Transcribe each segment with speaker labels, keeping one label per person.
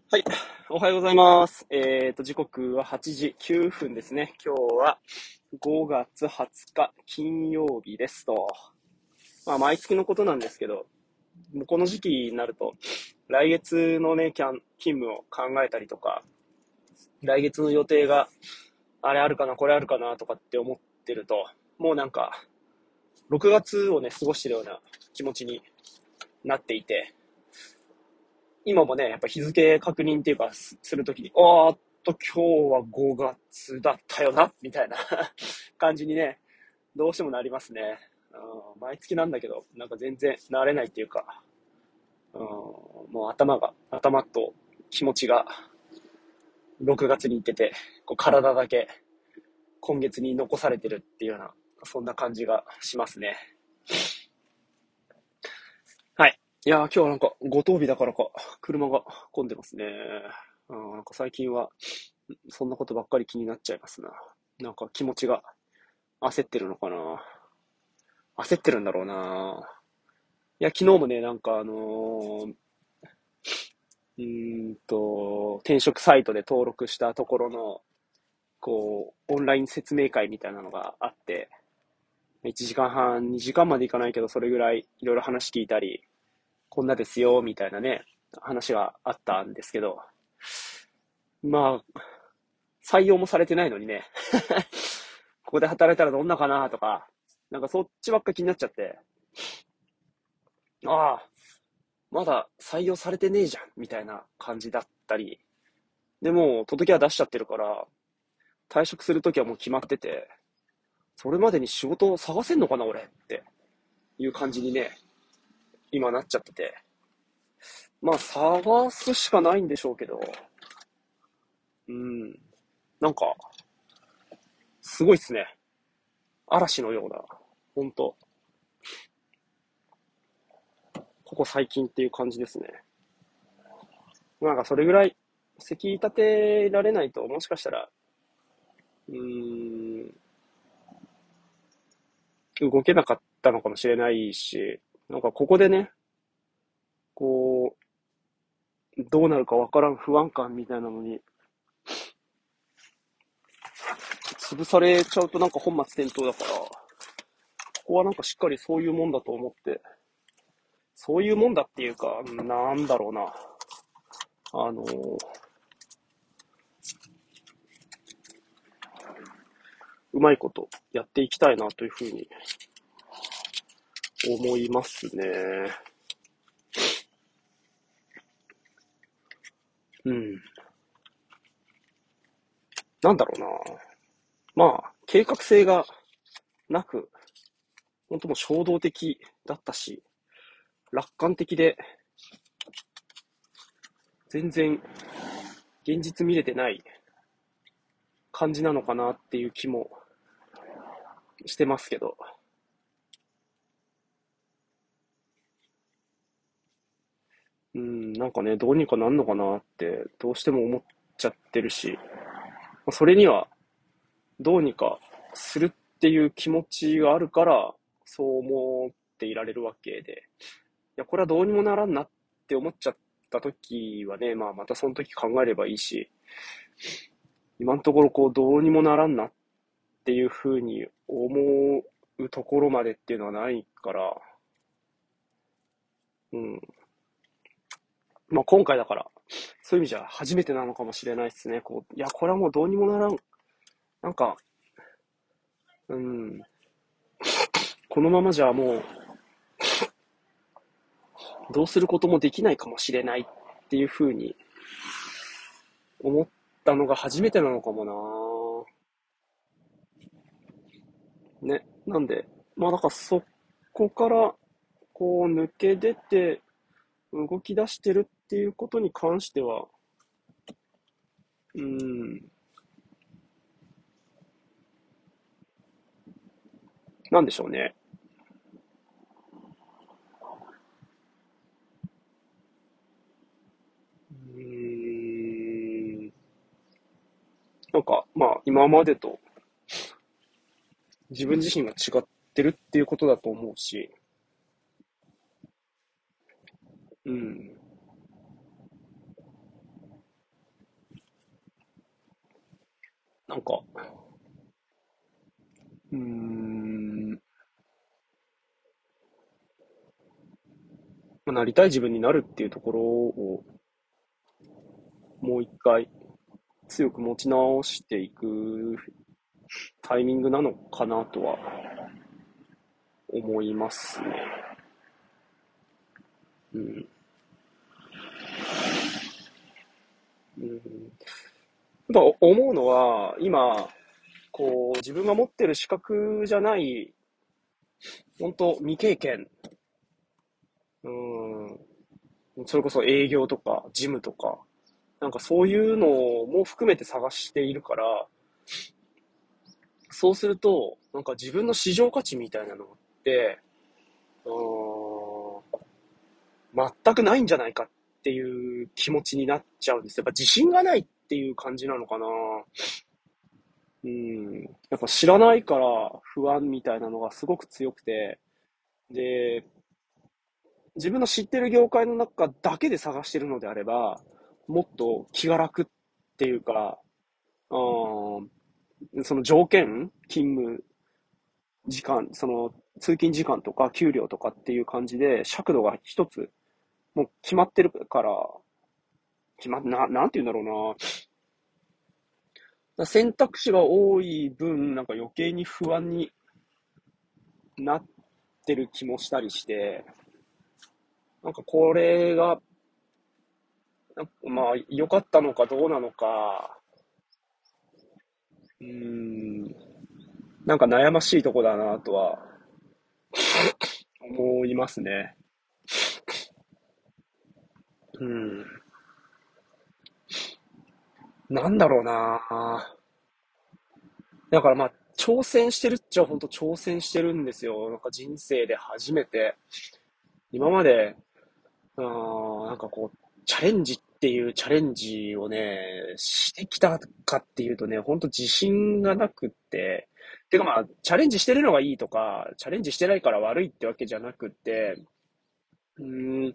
Speaker 1: はい。おはようございます。時刻は8時9分ですね。今日は5月20日金曜日ですと。まあ、毎月のことなんですけど、もうこの時期になると、来月のね、勤務を考えたりとか、来月の予定があれあるかな、これあるかなとかって思ってると、もうなんか、6月をね、過ごしてるような気持ちになっていて、今もね、やっぱ日付確認っていうか、するときに、今日は5月だったよな、みたいな感じにね、どうしてもなりますね。毎月なんだけど、なんか全然慣れないっていうか、もう頭と気持ちが6月に行ってて、こう体だけ今月に残されてるっていうような、そんな感じがしますね。はい。いやー、今日はなんか、五十日だからか、車が混んでますね。なんか最近は、そんなことばっかり気になっちゃいますな。なんか気持ちが焦ってるのかな。焦ってるんだろうな。いや、昨日もね、なんか転職サイトで登録したところの、こう、オンライン説明会みたいなのがあって、1時間半、2時間までいかないけど、それぐらいいろいろ話聞いたり、こんなですよ、みたいなね、話があったんですけど、まあ、採用もされてないのにね、ここで働いたらどんなかなとか、なんかそっちばっか気になっちゃって、ああ、まだ採用されてねえじゃん、みたいな感じだったり、でも、届けは出しちゃってるから、退職するときはもう決まってて、それまでに仕事を探せんのかな、俺っていう感じにね、今なっちゃってて。まあ、探すしかないんでしょうけど、うん、なんか、すごいっすね。嵐のような、ほんと、ここ最近っていう感じですね。なんかそれぐらい、席立てられないと、もしかしたら、うーん、動けなかったのかもしれないし、なんかここでね、こどうなるかわからん不安感みたいなのに、潰されちゃうとなんか本末転倒だから、ここはなんかしっかりそういうもんだと思って、そういうもんだっていうか、なんだろうな。あのーうまいことやっていきたいなというふうに思いますね。うん。なんだろうな。まあ、計画性がなく、本当もう衝動的だったし、楽観的で、全然現実見れてない感じなのかなっていう気もしてますけど。なんかね、どうにかなんのかなって、どうしても思っちゃってるし、それには、どうにかするっていう気持ちがあるから、そう思っていられるわけで、いや、これはどうにもならんなって思っちゃった時はね、まあ、またその時考えればいいし、今のところこう、どうにもならんなっていうふうに思うところまでっていうのはないから、うん。まあ、今回だから、そういう意味じゃ初めてなのかもしれないですね。こう、いや、これはもうどうにもならん。なんか、うん、このままじゃもう、どうすることもできないかもしれないっていうふうに思ったのが初めてなのかもな。ね。なんで、まあだからそこから、こう抜け出て動き出してるっていうことに関しては、うん、なんでしょうね。うーん、なんか、まあ今までと自分自身が違ってるっていうことだと思うし、うん、 なんか、うーん、なりたい自分になるっていうところをもう一回強く持ち直していくタイミングなのかなとは思いますね。うん。うん。やっぱ思うのは、今、こう、自分が持ってる資格じゃない、本当未経験、うん、それこそ営業とか、事務とか、なんかそういうのも含めて探しているから、そうすると、なんか自分の市場価値みたいなのって、う全くないんじゃないかっていう気持ちになっちゃうんです。やっぱ自信がないっていう感じなのかな。うん。やっぱ知らないから不安みたいなのがすごく強くて、で、自分の知ってる業界の中だけで探してるのであれば、もっと気が楽っていうか、その条件、勤務時間、その通勤時間とか給料とかっていう感じで、尺度が一つ、もう決まってるから、なんて言うんだろうな。選択肢が多い分、なんか余計に不安になってる気もしたりして、なんかこれが、まあ良かったのかどうなのか、うーん、なんか悩ましいとこだなとは思いますね。うん。なんだろうな。だからまあ、挑戦してるっちゃ本当挑戦してるんですよ。なんか人生で初めて。今まで、なんかこう、チャレンジっていうチャレンジをね、してきたかっていうとね、本当自信がなくって。てかまあ、チャレンジしてるのがいいとか、チャレンジしてないから悪いってわけじゃなくって、うーん、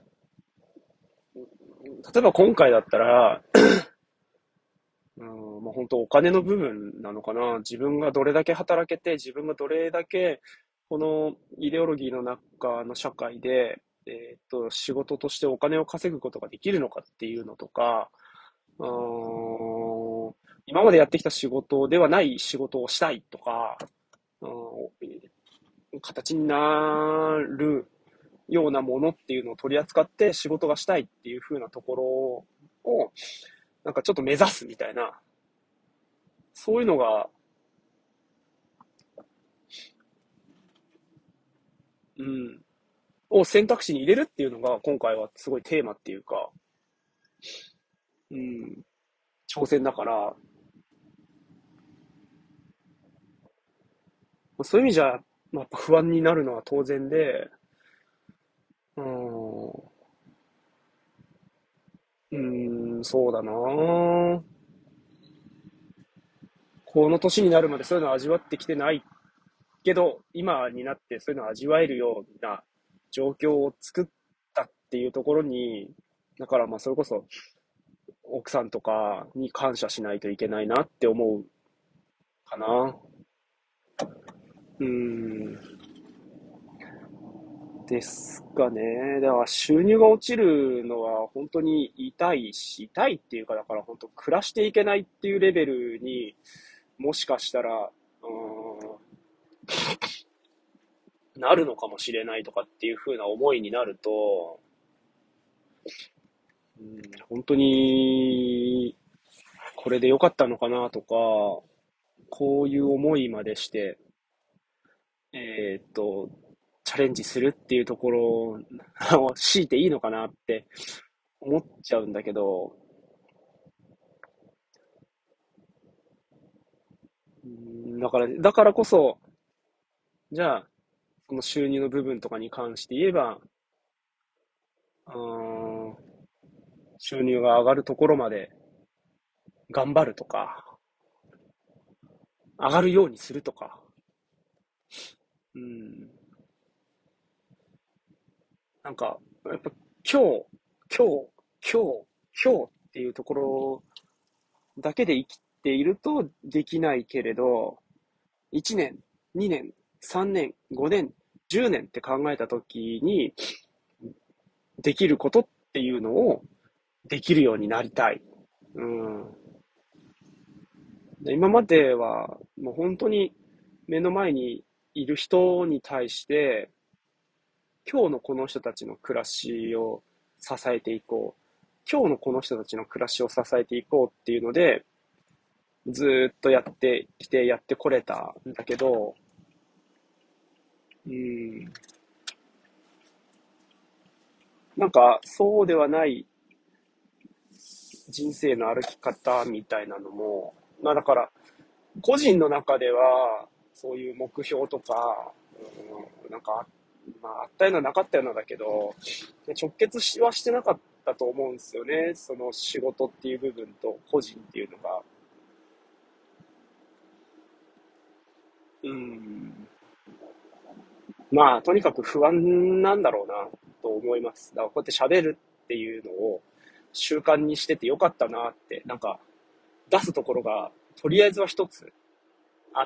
Speaker 1: 例えば今回だったら、まあ、本当お金の部分なのかな。自分がどれだけ働けて、自分がどれだけ、このイデオロギーの中の社会で、仕事としてお金を稼ぐことができるのかっていうのとか、うーん、今までやってきた仕事ではない仕事をしたいとか、うん、形になるようなものっていうのを取り扱って仕事がしたいっていう風なところを、なんかちょっと目指すみたいな、そういうのが、うん、を選択肢に入れるっていうのが今回はすごいテーマっていうか、うん、挑戦だから、そういう意味じゃ、まあ、やっぱ不安になるのは当然で、うん、そうだなぁ。この年になるまでそういうのを味わってきてないけど、今になってそういうのを味わえるような状況を作ったっていうところに、だからまあそれこそ奥さんとかに感謝しないといけないなって思うかな。うん。ですかね。だから収入が落ちるのは本当に痛いし、痛いっていうかだから本当暮らしていけないっていうレベルにもしかしたら、なるのかもしれないとかっていう風な思いになると、本当にこれで良かったのかなとか、こういう思いまでして、えーっと、チャレンジするっていうところを強いていいのかなって思っちゃうんだけど、だからこそ、じゃあ、その収入の部分とかに関して言えば、うーん、収入が上がるところまで頑張るとか、上がるようにするとか、うん、なんか、やっぱ今日、今日、今日、今日っていうところだけで生きっているとできないけれど、1年、2年、3年、5年、10年って考えたときに、できることっていうのをできるようになりたい。うん。今までは、もう本当に目の前にいる人に対して、今日のこの人たちの暮らしを支えていこう。今日のこの人たちの暮らしを支えていこうっていうので、ずーっとやってきて、やってこれたんだけど、うん、なんかそうではない人生の歩き方みたいなのも、まあだから、個人の中では、そういう目標とか、なんか、まあ、あったようななかったようなだけど、直結はしてなかったと思うんですよね。その仕事っていう部分と個人っていうのが。うん。まあ、とにかく不安なんだろうな、と思います。だからこうやって喋るっていうのを習慣にしててよかったなって、なんか出すところが、とりあえずは一つあって、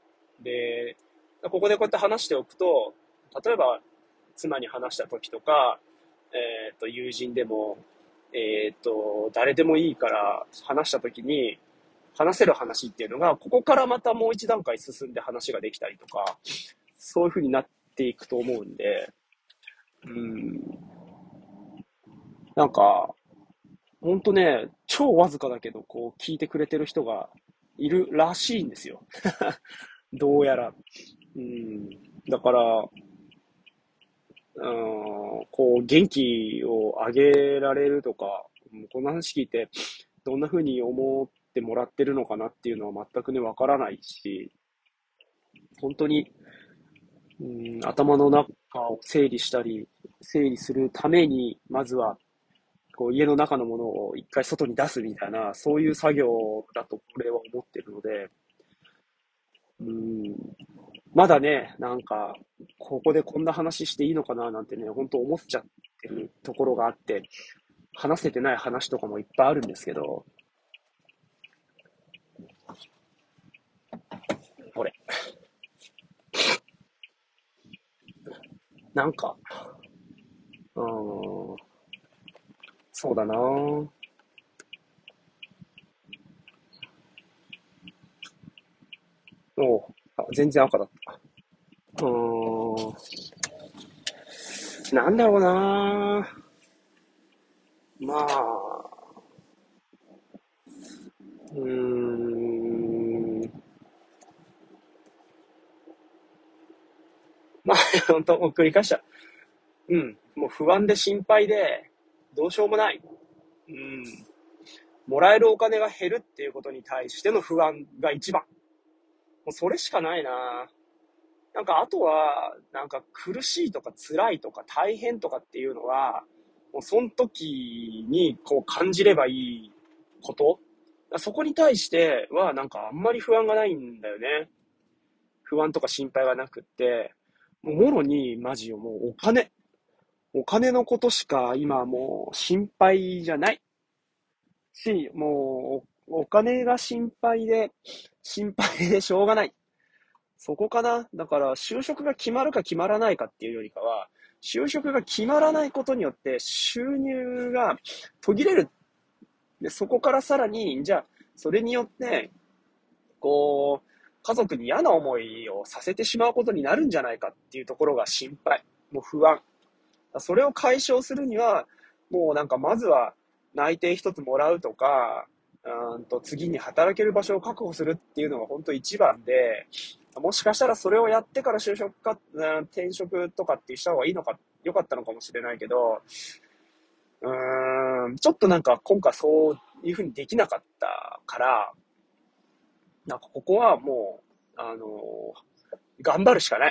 Speaker 1: で、ここでこうやって話しておくと、例えば、妻に話した時とか、友人でも、誰でもいいから話した時に、話せる話っていうのが、ここからまたもう一段階進んで話ができたりとか、そういう風になっていくと思うんで、うん、なんか、ほんとね、超わずかだけど、こう、聞いてくれてる人がいるらしいんですよ。どうやら。うん、だから、こう、元気を上げられるとか、こんな話聞いて、どんな風に思ってもらってるのかなっていうのは全くね、わからないし、本当に、頭の中を整理したり、整理するために、まずは、こう、家の中のものを一回外に出すみたいな、そういう作業だとこれは思ってるので、うん、まだね、なんか、ここでこんな話していいのかななんてね、本当思っちゃってるところがあって、話せてない話とかもいっぱいあるんですけど、これ、なんか、うーん、そうだなぁ。おう、全然赤だった。なんだろうなぁ。まあ、うーん、まあ、本当もう繰り返しちゃう。うん、もう不安で心配で、どうしようもない。うん、もらえるお金が減るっていうことに対しての不安が一番。もうそれしかないなぁ。なんかあとは、なんか苦しいとか辛いとか大変とかっていうのは、もうその時にこう感じればいいこと、そこに対してはなんかあんまり不安がないんだよね。不安とか心配がなくって、もうもろにマジよ、もうお金。お金のことしか今もう心配じゃないし、もうお金が心配で、心配でしょうがない。そこかな。だから、就職が決まるか決まらないかっていうよりかは、就職が決まらないことによって収入が途切れる。で、そこからさらに、じゃあ、それによって、こう、家族に嫌な思いをさせてしまうことになるんじゃないかっていうところが心配。もう不安。それを解消するには、もうなんかまずは内定一つもらうとか、次に働ける場所を確保するっていうのが本当一番で、もしかしたらそれをやってから就職か、転職とかってした方がいいのか、良かったのかもしれないけど、ちょっとなんか今回そういうふうにできなかったから、なんかここはもう、頑張るしかない。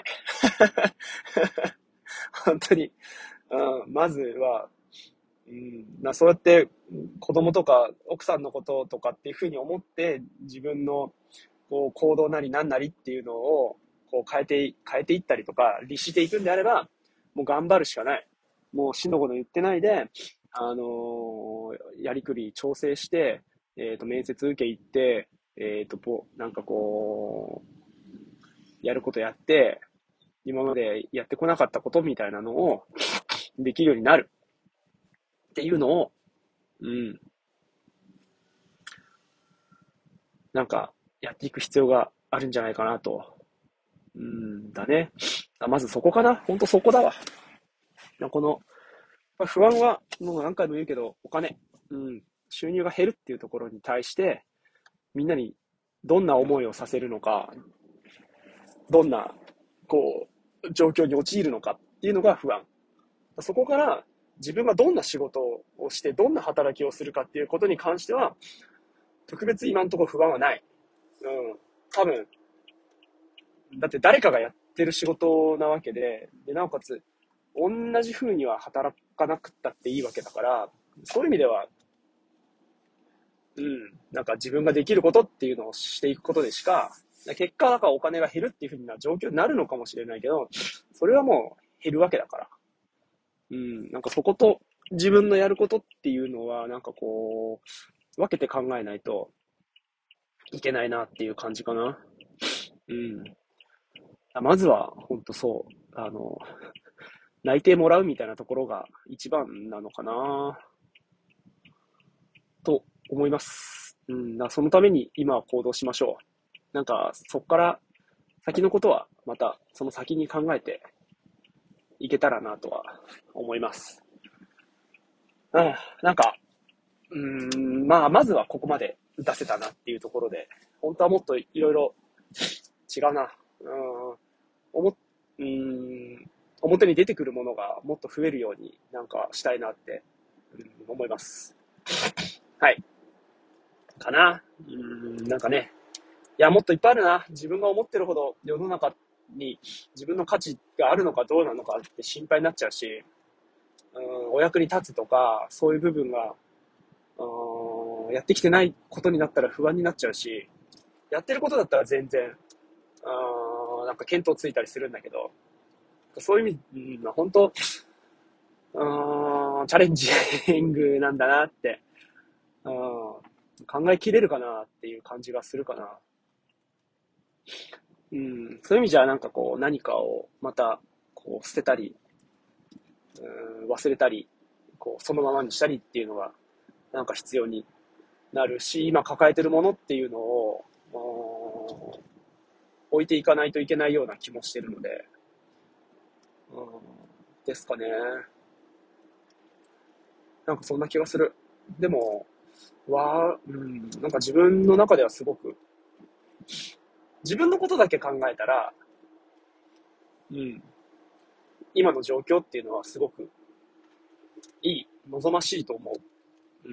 Speaker 1: 本当に。まずは、そうやって子供とか奥さんのこととかっていうふうに思って自分のこう行動なりなんなりっていうのをこう変えていったりとか律していくんであればもう頑張るしかない。もう死の子の言ってないで、やりくり調整して、面接受け行って、 なんかこう、やることやって、今までやってこなかったことみたいなのをできるようになるっていうのを、うん、なんかやっていく必要があるんじゃないかなと。だね。まずそこかな。ほんとそこだわ。この、不安は、もう何回も言うけど、お金。うん。収入が減るっていうところに対して、みんなにどんな思いをさせるのか、どんな、こ状況に陥るのかっていうのが不安。そこから自分がどんな仕事をして、どんな働きをするかっていうことに関しては、特別今のところ不安はない。うん。多分、だって誰かがやってる仕事なわけで、なおかつ、同じ風には働かなくったっていいわけだから、そういう意味では、なんか自分ができることっていうのをしていくことでしか、結果、だからお金が減るっていう風な状況になるのかもしれないけど、それはもう減るわけだから。なんかそこと自分のやることっていうのは、なんかこう、分けて考えないといけないなっていう感じかな。うん。まずは、ほんとそう、内定もらうみたいなところが一番なのかなと思います。そのために今は行動しましょう。なんか、そこから先のことはまたその先に考えていけたらなとは思います。うん、なんか、まあ、まずはここまで出せたなっていうところで、本当はもっといろいろ違うな。うん、おも、うん、表に出てくるものがもっと増えるようになんかしたいなって、思います。はい。かな。なんかね。いや、もっといっぱいあるな。自分が思ってるほど世の中に自分の価値があるのかどうなのかって心配になっちゃうし、お役に立つとか、そういう部分が、やってきてないことになったら不安になっちゃうし、やってることだったら全然、なんか見当ついたりするんだけど、そういう意味、本当、チャレンジングなんだなって、考えきれるかなっていう感じがするかな。そういう意味じゃなんかこう何かをまたこう捨てたり、忘れたり、こうそのままにしたりっていうのがなんか必要になるし、今抱えてるものっていうのを、置いていかないといけないような気もしてるので、ですかね。なんかそんな気がする。でも、なんか自分の中ではすごく、自分のことだけ考えたら、うん、今の状況っていうのはすごくいい、望ましいと思う。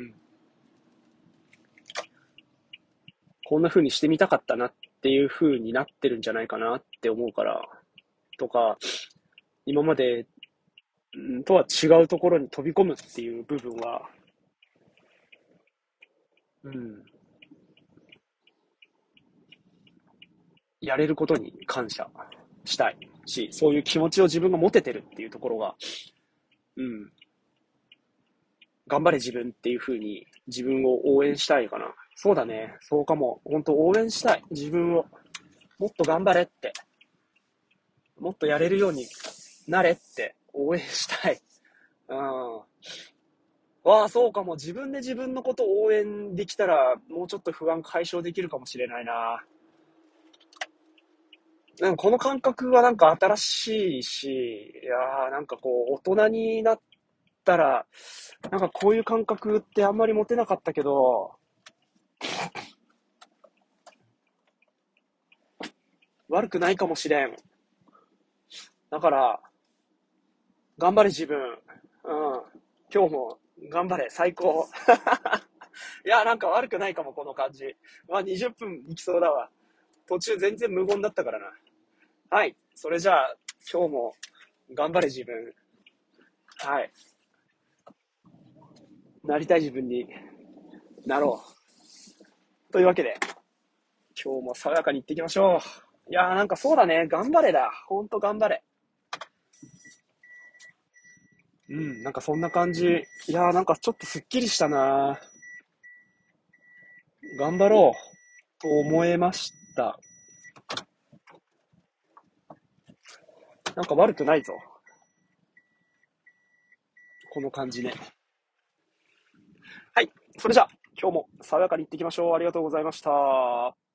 Speaker 1: こんな風にしてみたかったなっていう風になってるんじゃないかなって思うから、とか、今まで、とは違うところに飛び込むっていう部分は、うん、やれることに感謝したいし、そういう気持ちを自分が持ててるっていうところが、うん、頑張れ自分っていう風に自分を応援したいかな。そうだね。そうかも。本当応援したい。自分を。もっと頑張れって。もっとやれるようになれって応援したい。うん。そうかも。自分で自分のことを応援できたら、もうちょっと不安解消できるかもしれないな。でもこの感覚はなんか新しいし、いやなんかこう、大人になったら、なんかこういう感覚ってあんまり持てなかったけど、悪くないかもしれん。だから、頑張れ自分。今日も頑張れ、最高。いや、なんか悪くないかも、この感じ。20分いきそうだわ。途中全然無言だったからな。はい。それじゃあ、今日も頑張れ自分。はい。なりたい自分になろう。というわけで、今日も爽やかにいっていきましょう。いやーなんかそうだね。頑張れだ。ほんと頑張れ。なんかそんな感じ。いやーなんかちょっとすっきりしたな。頑張ろう。 と思えました。なんか悪くないぞ。この感じね。はい。それじゃあ、今日も爽やかに行ってきましょう。ありがとうございました。